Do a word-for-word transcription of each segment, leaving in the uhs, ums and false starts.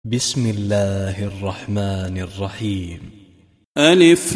بسم الله الرحمن الرحيم. ألف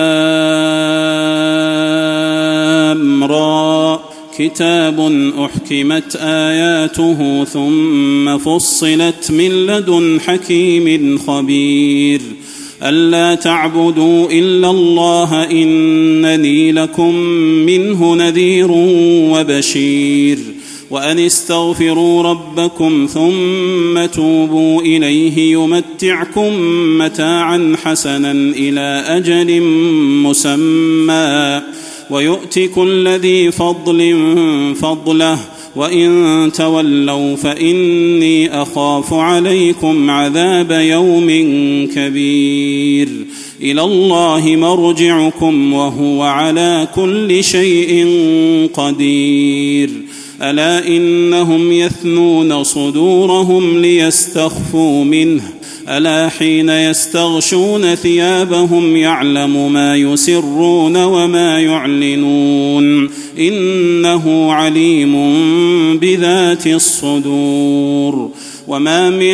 لام را كتاب أحكمت آياته ثم فصلت من لدن حكيم خبير ألا تعبدوا إلا الله إنني لكم منه نذير وبشير وأن استغفروا ربكم ثم توبوا إليه يمتعكم متاعا حسنا إلى أجل مسمى ويؤت كل ذي فضل فضله وإن تولوا فإني أخاف عليكم عذاب يوم كبير إلى الله مرجعكم وهو على كل شيء قدير ألا إنهم يثنون صدورهم ليستخفوا منه ألا حين يستغشون ثيابهم يعلم ما يسرون وما يعلنون إنه عليم بذات الصدور وما من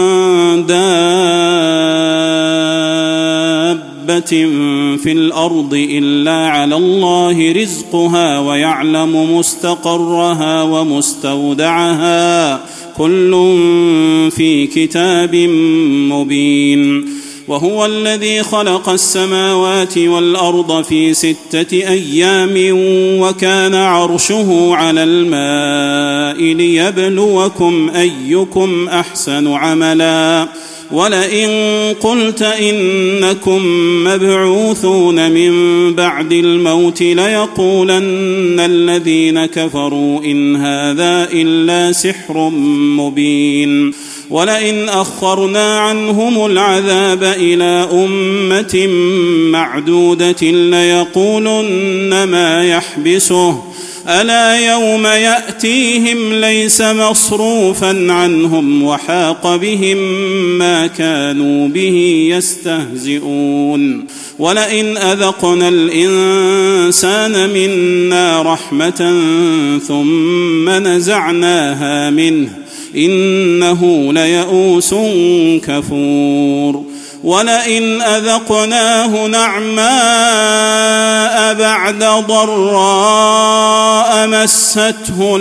دابة في الأرض إلا على الله رزقها ويعلم مستقرها ومستودعها كل في كتاب مبين وهو الذي خلق السماوات والأرض في ستة أيام وكان عرشه على الماء ليبلوكم أيكم أحسن عملا ولئن قلت إنكم مبعوثون من بعد الموت ليقولن الذين كفروا إن هذا إلا سحر مبين ولئن أخرنا عنهم العذاب إلى أمة معدودة ليقولن ما يحبسه ألا يوم يأتيهم ليس مصروفا عنهم وحاق بهم ما كانوا به يستهزئون ولئن أذقنا الإنسان منا رحمة ثم نزعناها منه إنه ليئوس كفور ولئن أذقناه نعماء بعد ضراء مسته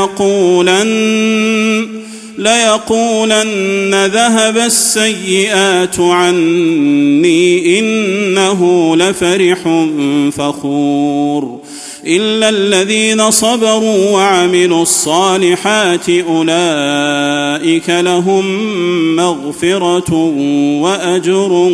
ليقولن ليقولن ذهب السيئات عني إنه لفرح فخور إلا الذين صبروا وعملوا الصالحات أولئك لهم مغفرة وأجر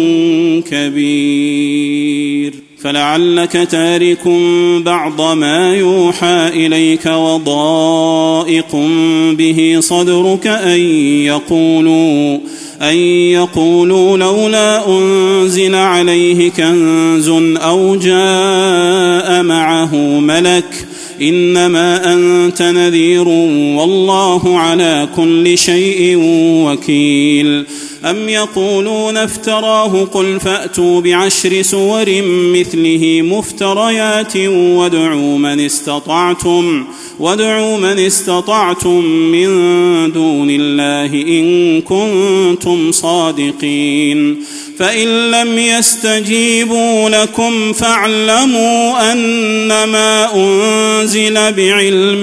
كبير فلعلك تارك بعض ما يوحى إليك وضائق به صدرك أن يقولوا أن يقولوا لولا أنزل عليه كنز أو جاء معه ملك إنما أنت نذير والله على كل شيء وكيل أم يقولون افتراه قل فأتوا بعشر سور مثله مفتريات وادعوا من استطعتم وادعوا من استطعتم من دون الله إن كنتم صادقين فإن لم يستجيبوا لكم فاعلموا أنما أنزل بعلم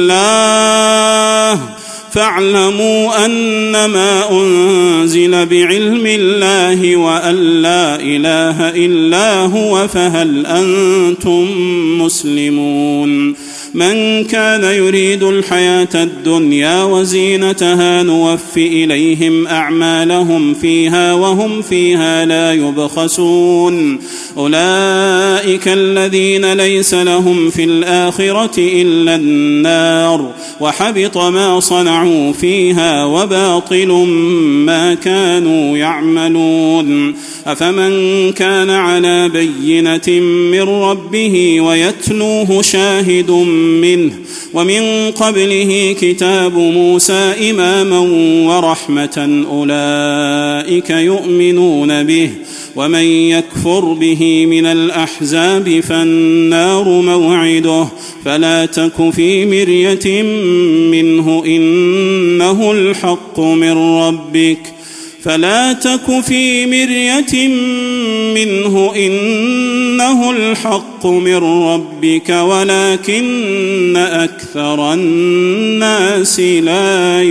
الله فاعلموا أنما أنزل بعلم الله وأن لا إله إلا هو فهل أنتم مسلمون من كان يريد الحياة الدنيا وزينتها نوف إليهم أعمالهم فيها وهم فيها لا يبخسون أولئك الذين ليس لهم في الآخرة إلا النار وحبط ما صنعوا فيها وباطل ما كانوا يعملون أفمن كان على بينة من ربه ويتلوه شاهد منه ومن قبله كتاب موسى إماما ورحمة أولئك يؤمنون به ومن يكفر به من الأحزاب فالنار موعده فلا تك في مرية منه إنه الحق من ربك فلا تك في مرية منه إنه الحق من ربك ولكن أكثر الناس لا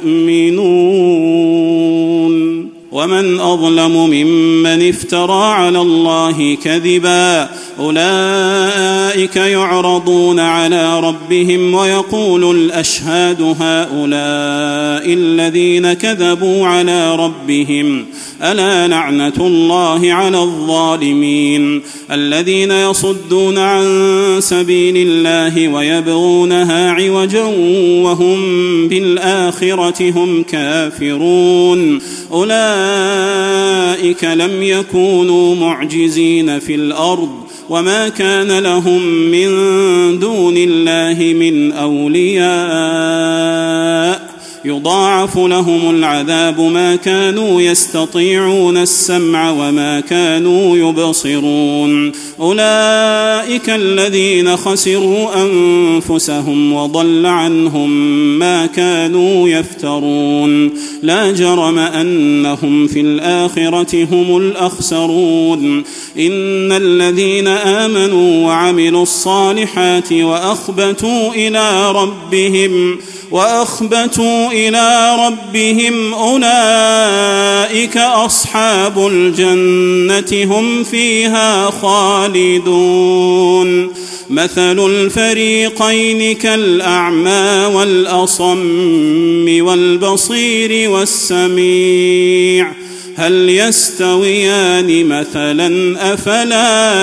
يؤمنون ومن أظلم ممن افترى على الله كذبا أولئك يعرضون على ربهم ويقول الأشهاد هؤلاء الذين كذبوا على ربهم ألا لعنة الله على الظالمين الذين يصدون عن سبيل الله ويبغونها عوجا وهم بالآخرة هم كافرون أولئك لم يكونوا معجزين في الأرض وما كان لهم من دون الله من أولياء يضاعف لهم العذاب ما كانوا يستطيعون السمع وما كانوا يبصرون أولئك الذين خسروا أنفسهم وضل عنهم ما كانوا يفترون لا جرم أنهم في الآخرة هم الأخسرون إن الذين آمنوا وعملوا الصالحات وأخبتوا إلى ربهم وأخبتوا إلى ربهم أولئك أصحاب الجنة هم فيها خالدون مثل الفريقين كالأعمى والأصم والبصير والسميع هل يستويان مثلا أفلا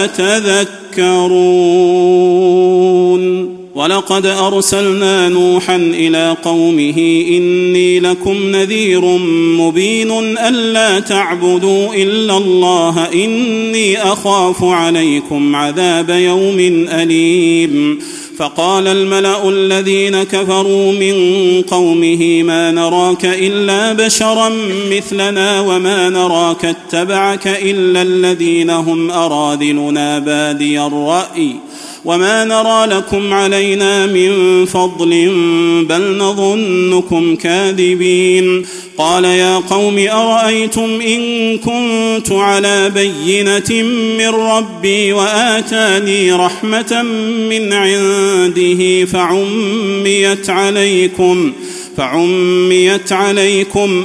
تذكرون ولقد أرسلنا نوحا إلى قومه إني لكم نذير مبين ألا تعبدوا إلا الله إني أخاف عليكم عذاب يوم أليم فقال الملأ الذين كفروا من قومه ما نراك إلا بشرا مثلنا وما نراك اتبعك إلا الذين هم أراذلنا بادي الرأي وما نرى لكم علينا من فضل بل نظنكم كاذبين قال يا قوم أرأيتم إن كنت على بينة من ربي وآتاني رحمة من عنده فعميت عليكم فعميت عليكم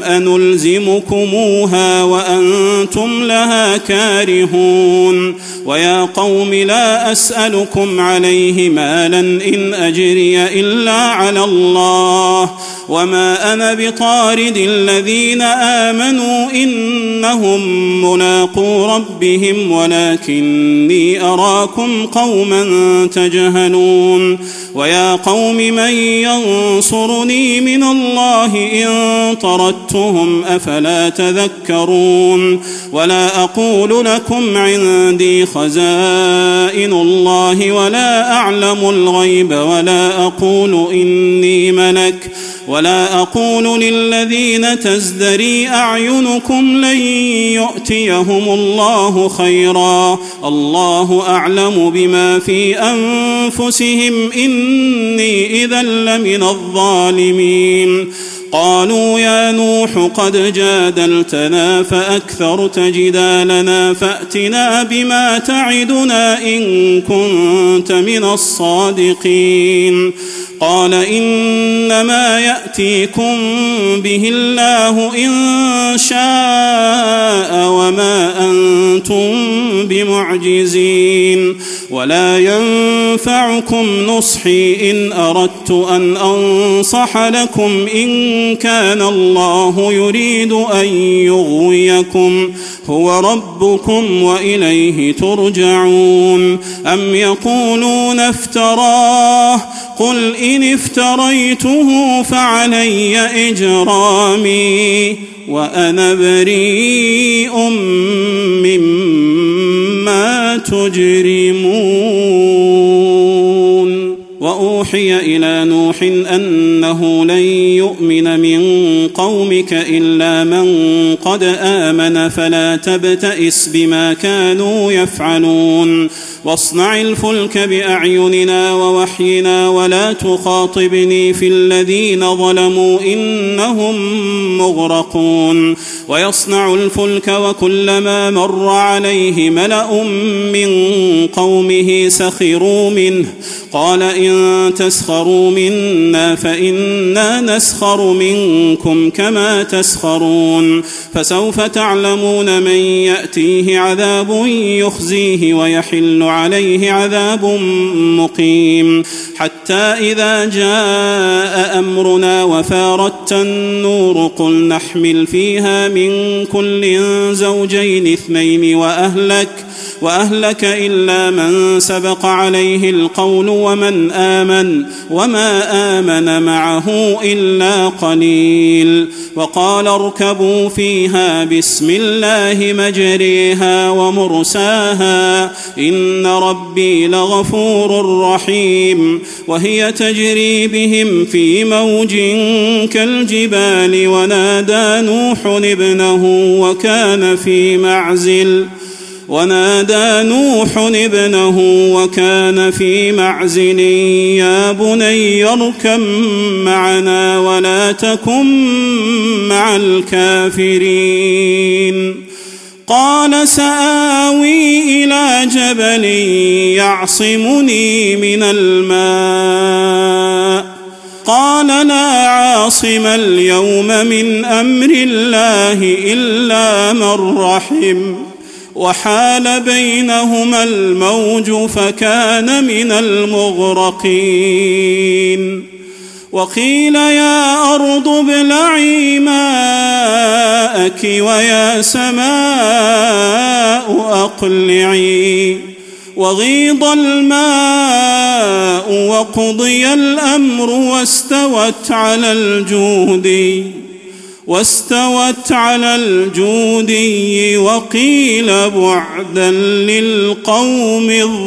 أنلزمكموها وأنتم لها كارهون ويا قوم لا أسألكم عليه مالا إن أجري إلا على الله وما أنا بطارد الذين آمنوا إنهم ملاقو ربهم ولكني أراكم قوما تجهلون ويا قوم من ينصرني من الله إن طردتهم أفلا تذكرون ولا أقول لكم عندي خزائن الله ولا أعلم الغيب ولا أقول إني ملك ولا أقول للذين تزدري أعينكم لن يؤتيهم الله خيرا الله أعلم بما في أنفسهم إني إذا لمن الظالمين قالوا يا نوح قد جادلتنا فأكثرت جدالنا فأتنا بما تعدنا إن كنت من الصادقين قال إنما يأتيكم به الله إن شاء وما أنتم بمعجزين ولا ينفعكم نصحي إن أردت أن أنصح لكم إن كان الله يريد أن يغويكم هو ربكم وإليه ترجعون أم يقولون افتراه قل إن افتريته فعلي إجرامي وأنا بريء مما تجرمون وأوحي إلى نوح أنه لن يؤمن من قومك إلا من قد آمن فلا تبتئس بما كانوا يفعلون واصنع الفلك بأعيننا ووحينا ولا تخاطبني في الذين ظلموا إنهم مغرقون ويصنع الفلك وكلما مر عليه ملأ من قومه سخروا منه قال إن تسخروا منا فإنا نسخر منكم كما تسخرون فسوف تعلمون من يأتيه عذاب يخزيه ويحل عليه عذاب مقيم حتى إذا جاء أمرنا وفارت النور قل نحمل فيها من كل زوجين اثنين وأهلك وأهلك إلا من سبق عليه القول ومن آمن وما آمن معه إلا قليل وقال اركبوا فيها بسم الله مجريها ومرساها إن ربي لغفور رحيم وهي تجري بهم في موج كالجبال ونادى نوح ابنه وكان في معزل ونادى نوح ابنه وكان في معزل يا بني اركب معنا ولا تكن مع الكافرين قال سآوي إلى جبل يعصمني من الماء قال لا عاصم اليوم من أمر الله إلا من رحم وحال بينهما الموج فكان من المغرقين وقيل يا أرض ابلعي ماءك ويا سماء أقلعي وغيض الماء وقضي الأمر واستوت على الجودي واستوت على الجودي وقيل بعدا للقوم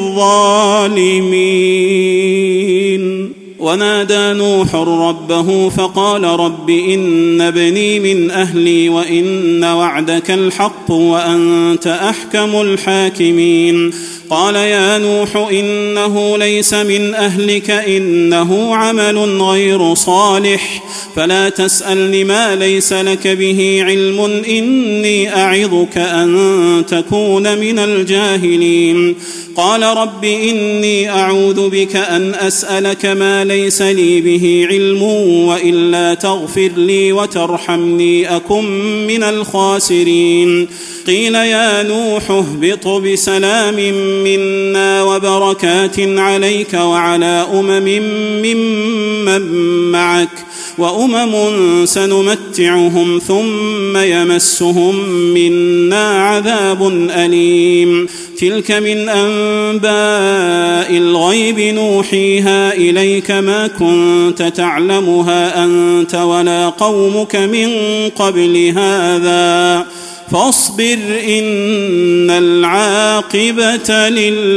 الظالمين ونادى نوح ربه فقال رب إن ابني من أهلي وإن وعدك الحق وأنت أحكم الحاكمين قال يا نوح إنه ليس من أهلك إنه عمل غير صالح فلا تسألني ما ليس لك به علم إني أعظك أن تكون من الجاهلين قال رب إني أعوذ بك أن أسألك ما ليس لي به علم وإلا تغفر لي وترحمني أكن من الخاسرين قيل يا نوح اهبط بسلام منا وبركات عليك وعلى أمم ممن معك وأمم سنمتعهم ثم يمسهم منا عذاب أليم تلك من أنباء الغيب نوحيها إليك ما كنت تعلمها أنت ولا قومك من قبل هذا فاصبر إن العاقبة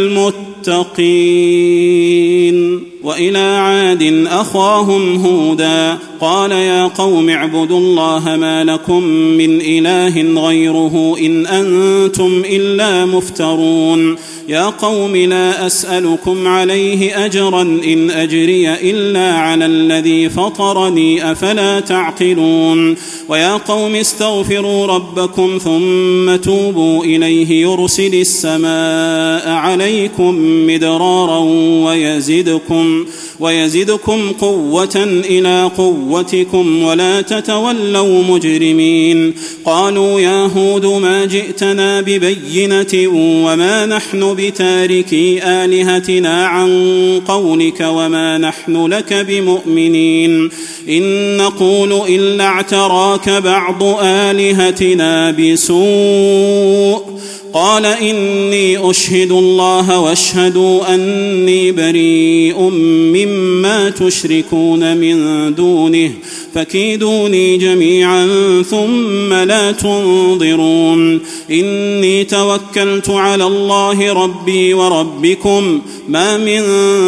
للمتقين وإلى عاد أخاهم هودا قال يا قوم اعبدوا الله ما لكم من إله غيره إن أنتم إلا مفترون يا قوم لا أسألكم عليه أجرا إن أجري إلا على الذي فطرني أفلا تعقلون ويا قوم استغفروا ربكم ثم توبوا إليه يرسل السماء عليكم مدرارا ويزدكم ويزدكم قوة إلى قوتكم ولا تتولوا مجرمين قالوا يا هود ما جئتنا ببينة وما نحن بتاركي آلهتنا عن قولك وما نحن لك بمؤمنين إن نقول إلا اعتراك بعض آلهتنا بسوء قال إني أشهد الله واشهدوا أني بريء مما تشركون من دونه فكيدوني جميعا ثم لا تنظرون إني توكلت على الله ربي وربكم ما من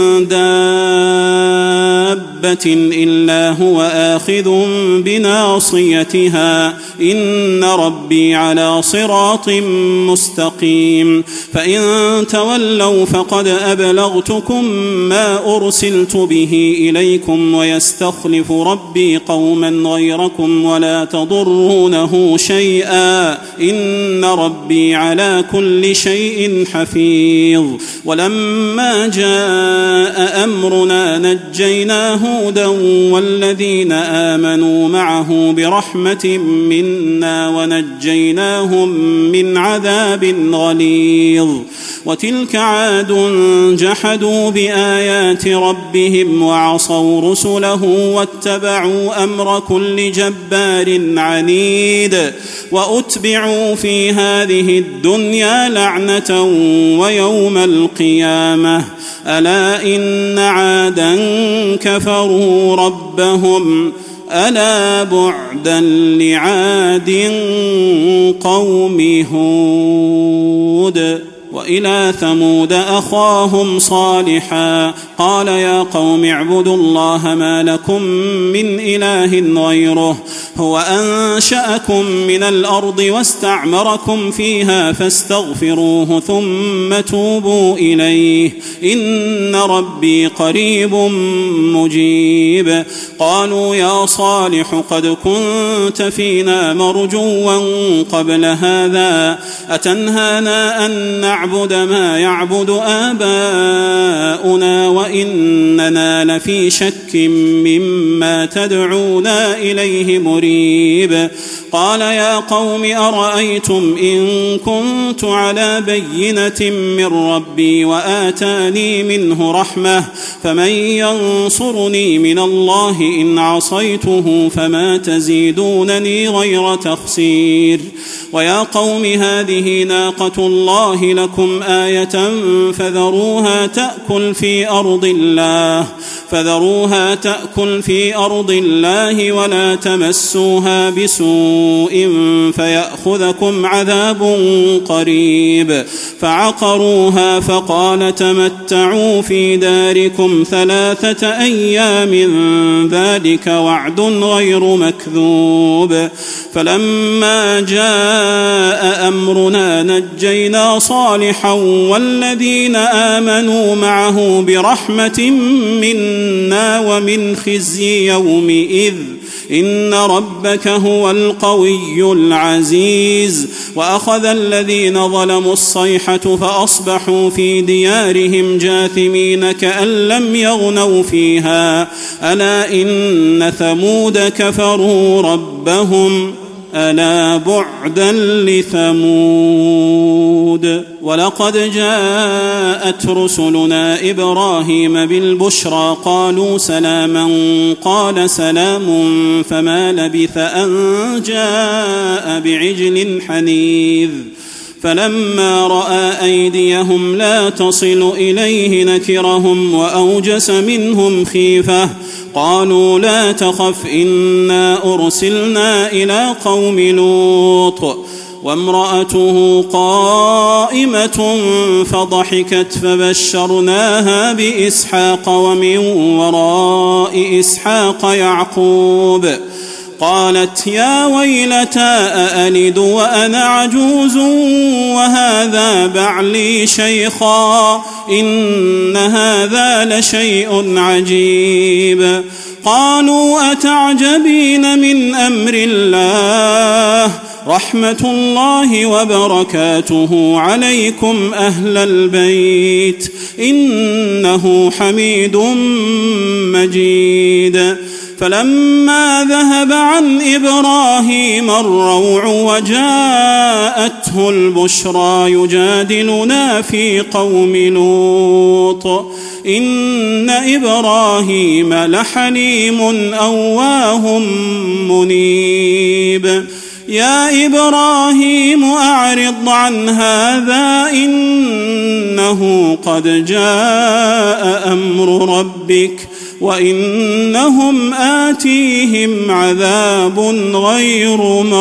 دابة إلا هو آخذ بناصيتها إن ربي على صراط مستقيم فإن تولوا فقد أبلغتكم ما أرسلت به إليكم ويستخلف ربي قوما غيركم ولا تضرونه شيئا إن ربي على كل شيء حفيظ ولما جاء أمرنا نجينا هودا والذين آمنوا معه برحمة منا ونجيناهم من عذاب غليظ وتلك عاد جحدوا بآيات ربهم وعصوا رسله واتبعوا أمر كل جبار عنيد وأتبعوا في هذه الدنيا لعنة ويوم القيامة ألا إن عادا كفروا ربهم ألا بعدا لعاد قوم هود وإلى ثمود أخاهم صالحا قال يا قوم اعبدوا الله ما لكم من إله غيره هو أنشأكم من الأرض واستعمركم فيها فاستغفروه ثم توبوا إليه إن ربي قريب مجيب قالوا يا صالح قد كنت فينا مرجوا قبل هذا أتنهانا أن نعبد ما يعبد آباؤنا وإننا لفي شك مما تدعونا إليه مريب قال يا قوم أرأيتم إن كنت على بينة من ربي وآتاني منه رحمة فمن ينصرني من الله إن عصيته فما تزيدونني غير تخسير ويا قوم هذه ناقة الله لكم آية فذروها تأكل في أرض الله فذروها تأكل في أرض الله ولا تمسوها بسوء فيأخذكم عذاب قريب فعقروها فقال تمتعوا في داركم ثلاثة أيام ذلك وعد غير مكذوب فلما جاء أمرنا نجينا صالحا والذين آمنوا معه برحمة منا ومن خزي يومئذ إن ربك هو القوي العزيز وأخذ الذين ظلموا الصيحة فأصبحوا في ديارهم جاثمين كأن لم يغنوا فيها ألا إن ثمود كفروا ربهم ألا بعدا لثمود ولقد جاءت رسلنا إبراهيم بالبشرى قالوا سلاما قال سلام فما لبث أن جاء بعجل حنيذ فلما رأى أيديهم لا تصل إليه نكرهم وأوجس منهم خيفة قالوا لا تخف إنا أرسلنا إلى قوم لوط وامرأته قائمة فضحكت فبشرناها بإسحاق ومن وراء إسحاق يعقوب قالت يا ويلتى أألد وأنا عجوز وهذا بعلي شيخا إن هذا لشيء عجيب قالوا أتعجبين من أمر الله رحمة الله وبركاته عليكم أهل البيت إنه حميد مجيد فلما ذهب عن إبراهيم الروع وجاءته البشرى يجادلنا في قوم لوط إن إبراهيم لحليم أواه منيب يا إبراهيم أعرض عن هذا إنه قد جاء أمر ربك وإنهم آتيهم عذاب غير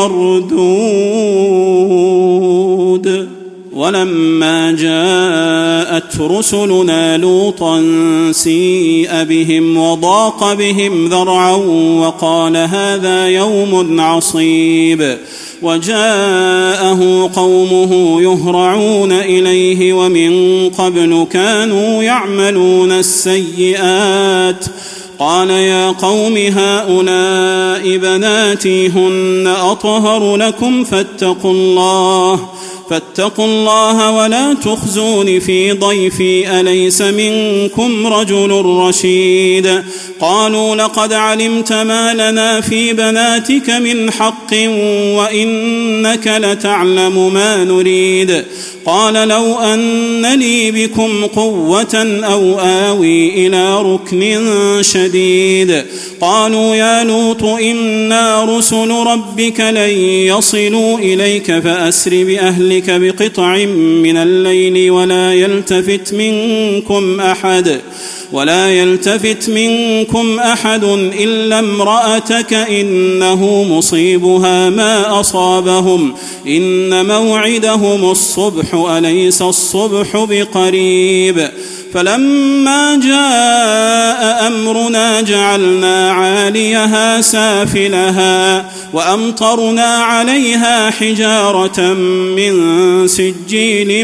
مردود. ولما جاءت رسلنا لوطا سيء بهم وضاق بهم ذرعا وقال هذا يوم عصيب، وجاءه قومه يهرعون إليه ومن قبل كانوا يعملون السيئات. قال يا قوم هؤلاء بناتي هن أطهر لكم فاتقوا الله فاتقوا الله ولا تخزون في ضيفي أليس منكم رجل رشيد. قالوا لقد علمت ما لنا في بناتك من حق وإنك لتعلم ما نريد. قال لو أن لي بكم قوة أو آوي إلى ركن شديد. قالوا يا لوط إنا رسل ربك لن يصلوا إليك فأسر بأهلك بقطع من الليل ولا يلتفت منكم أحد ولا يلتفت منكم أحد إلا امرأتك إنه مصيبها ما أصابهم إن موعدهم الصبح أليس الصبح بقريب. فلما جاء أمرنا جعلنا عاليها سافلها وأمطرنا عليها حجارة من سجيل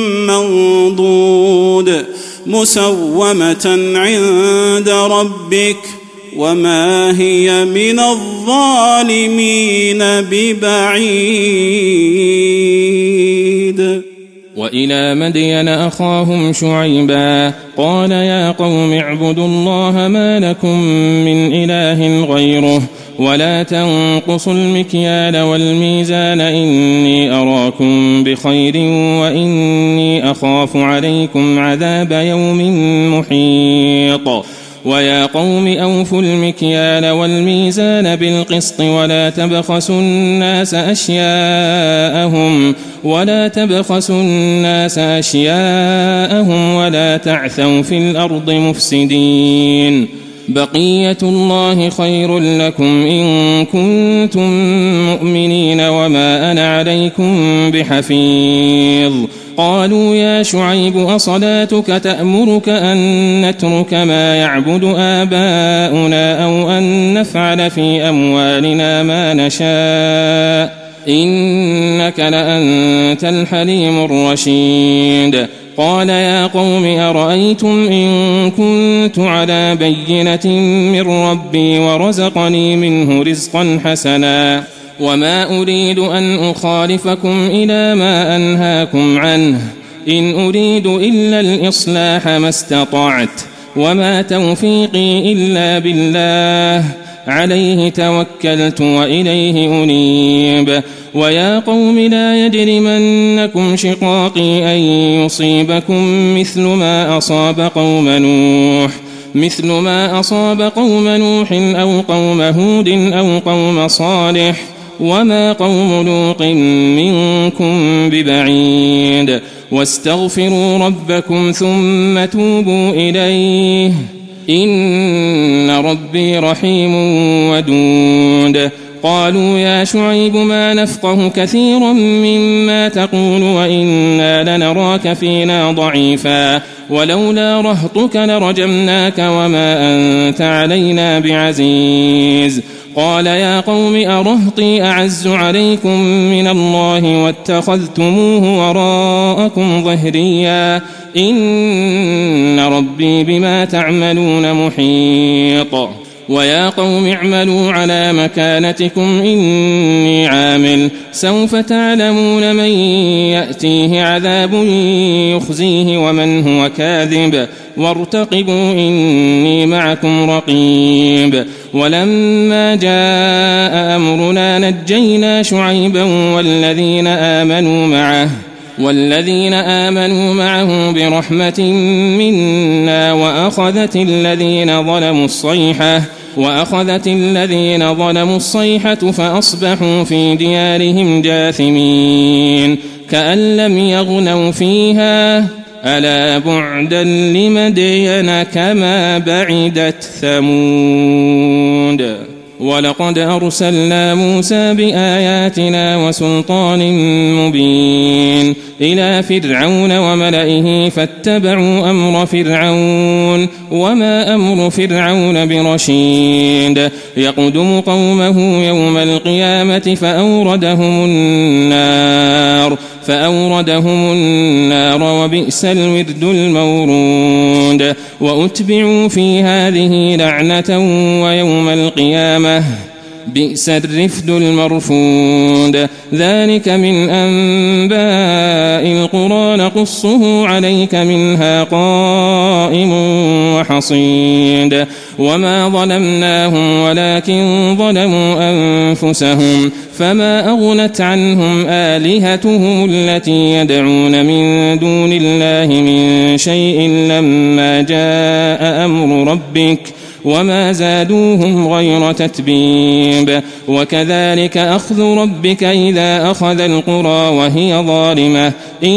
منضود مسومة عند ربك وما هي من الظالمين ببعيد. وإلى مدين أخاهم شعيبا قال يا قوم اعبدوا الله ما لكم من إله غيره ولا تنقصوا المكيال والميزان إني أراكم بخير وإني أخاف عليكم عذاب يوم محيط. ويا قوم أوفوا المكيال والميزان بالقسط ولا تبخسوا الناس أشياءهم ولا تبخسوا الناس أشياءهم ولا تعثوا في الأرض مفسدين. بقية الله خير لكم إن كنتم مؤمنين وما أنا عليكم بحفيظ. قالوا يا شعيب أصلاتك تأمرك أن نترك ما يعبد آباؤنا أو أن نفعل في أموالنا ما نشاء إنك لأنت الحليم الرشيد. قال يا قوم أرأيتم إن كنت على بينة من ربي ورزقني منه رزقا حسنا وما أريد أن أخالفكم إلى ما أنهاكم عنه إن أريد إلا الإصلاح ما استطعت وما توفيقي إلا بالله عليه توكلت وإليه أنيب. ويا قوم لا يجرمنكم شقاقي أن يصيبكم مثل ما أصاب قوم نوح مثل ما أصاب قوم نوح أو قوم هود أو قوم صالح وما قوم لوط منكم ببعيد. واستغفروا ربكم ثم توبوا إليه إن ربي رحيم ودود. قالوا يا شعيب ما نفقه كثيرا مما تقول وإنا لنراك فينا ضعيفا ولولا رهطك لرجمناك وما أنت علينا بعزيز. قال يا قوم أرهطي أعز عليكم من الله واتخذتموه وراءكم ظهريا إن ربي بما تعملون محيط. ويا قوم اعملوا على مكانتكم إني عامل سوف تعلمون من يأتيه عذاب يخزيه ومن هو كاذب وارتقبوا إني معكم رقيب. ولما جاء أمرنا نجينا شعيبا والذين آمنوا معه والذين آمنوا معه برحمة منا وأخذت الذين ظلموا الصيحة وأخذت الذين ظلموا الصيحة فأصبحوا في ديارهم جاثمين كأن لم يغنوا فيها ألا بعدا لمدين كما بعدت ثمود ولقد أرسلنا موسى بآياتنا وسلطان مبين إلى فرعون وملئه فاتبعوا أمر فرعون وما أمر فرعون برشيد يقدم قومه يوم القيامة فأوردهم النار فأوردهم النار وبئس الورد المورود وأتبعوا في هذه لعنة ويوم القيامة بئس الرفد المرفود ذلك من أنباء القرى نقصه عليك منها قائم وحصيد وما ظلمناهم ولكن ظلموا أنفسهم فما أغنت عنهم آلهتهم التي يدعون من دون الله من شيء لما جاء أمر ربك وما زادوهم غير تتبيب وكذلك أخذ ربك إذا أخذ القرى وهي ظالمة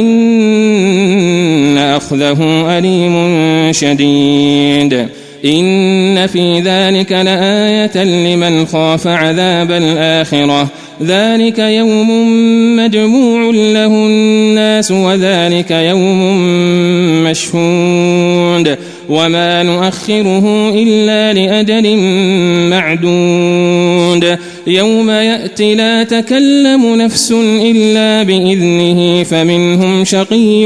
إن أخذه أليم شديد إن في ذلك لآية لمن خاف عذاب الآخرة ذلك يوم مجموع له الناس وذلك يوم مشهود وما نؤخره إلا لأجل معدود يوم يأتي لا تكلم نفس إلا بإذنه فمنهم شقي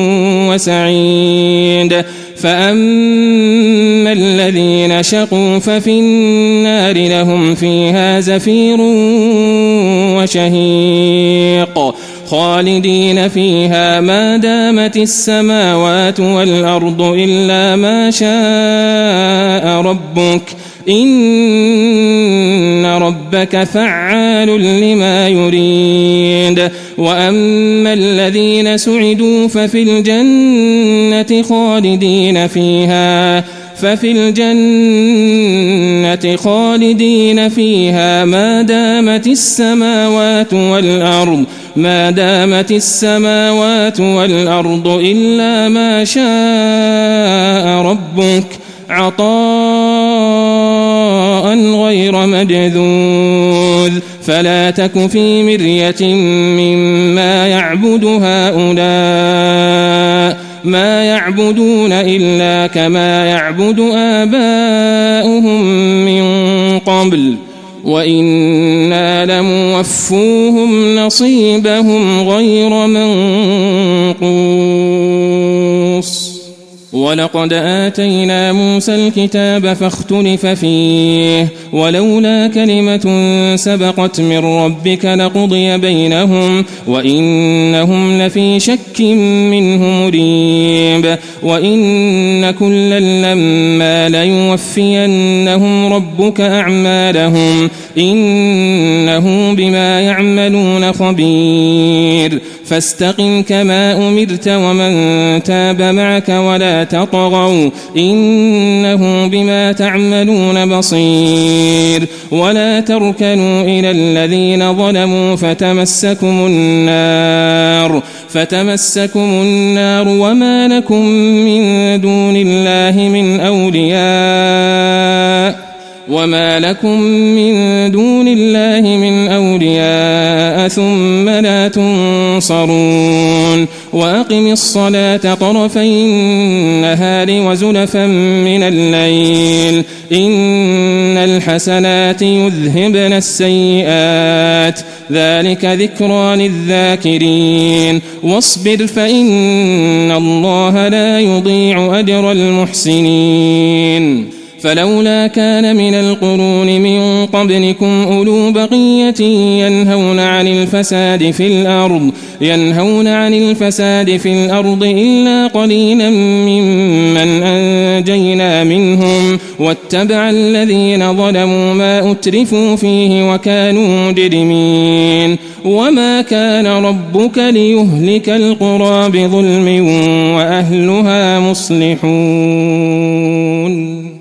وسعيد فأما الذين شقوا ففي النار لهم فيها زفير وشهيق خالدين فيها ما دامت السماوات والأرض إلا ما شاء ربك إن ربك فعال لما يريد وأما الذين سعدوا ففي الجنة خالدين فيها ففي الجنة خالدين فيها ما دامت السماوات والأرض ما دامت السماوات والأرض إلا ما شاء ربك عطاء غير مجذوذ فلا تك في مرية مما يعبد هؤلاء ما يعبدون إلا كما يعبد آباؤهم من قبل وإنا لموفوهم نصيبهم غير منقوص ولقد آتينا موسى الكتاب فاختلف فيه ولولا كلمة سبقت من ربك لقضي بينهم وإنهم لفي شك منه مريب وإن كلا لما ليوفينهم ربك أعمالهم إنه بما يعملون خبير فاستقم كما أمرت ومن تاب معك ولا تطغوا إنه بما تعملون بصير ولا تركنوا إلى الذين ظلموا فتمسكم النار فتمسكم النار وما لكم من دون الله من أولياء وما لكم من دون الله من أولياء ثم لا تنصرون وأقم الصلاة طرفي النهار وزلفا من الليل إن الحسنات يذهبن السيئات ذلك ذكرى للذاكرين واصبر فإن الله لا يضيع أجر المحسنين فلولا كان من القرون من قبلكم أولو بقية ينهون عن الفساد في الأرض ينهون عن الفساد في الأرض إلا قليلا ممن أنجينا منهم واتبع الذين ظلموا ما أترفوا فيه وكانوا مجرمين وما كان ربك ليهلك القرى بظلم وأهلها مصلحون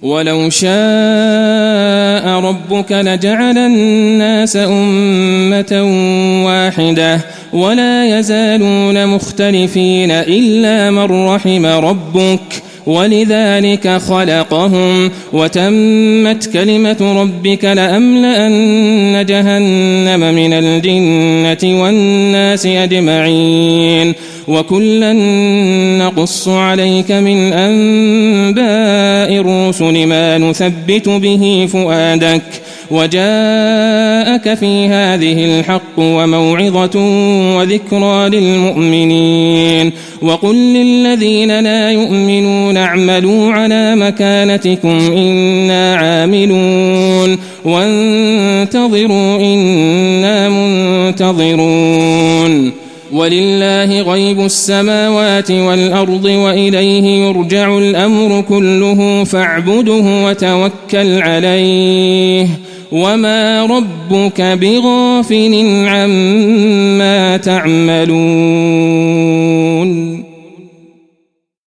ولو شاء ربك لجعل الناس أمة واحدة ولا يزالون مختلفين إلا من رحم ربك ولذلك خلقهم وتمت كلمة ربك لأملأن جهنم من الجنة والناس أجمعين وكلا نقص عليك من أنباء الرسل ما نثبت به فؤادك وجاءك في هذه الحق وموعظة وذكرى للمؤمنين وقل للذين لا يؤمنون اعملوا على مكانتكم إنا عاملون وانتظروا إنا منتظرون ولله غيب السماوات والأرض وإليه يرجع الأمر كله فاعبده وتوكل عليه وما ربك بغافل عما تعملون.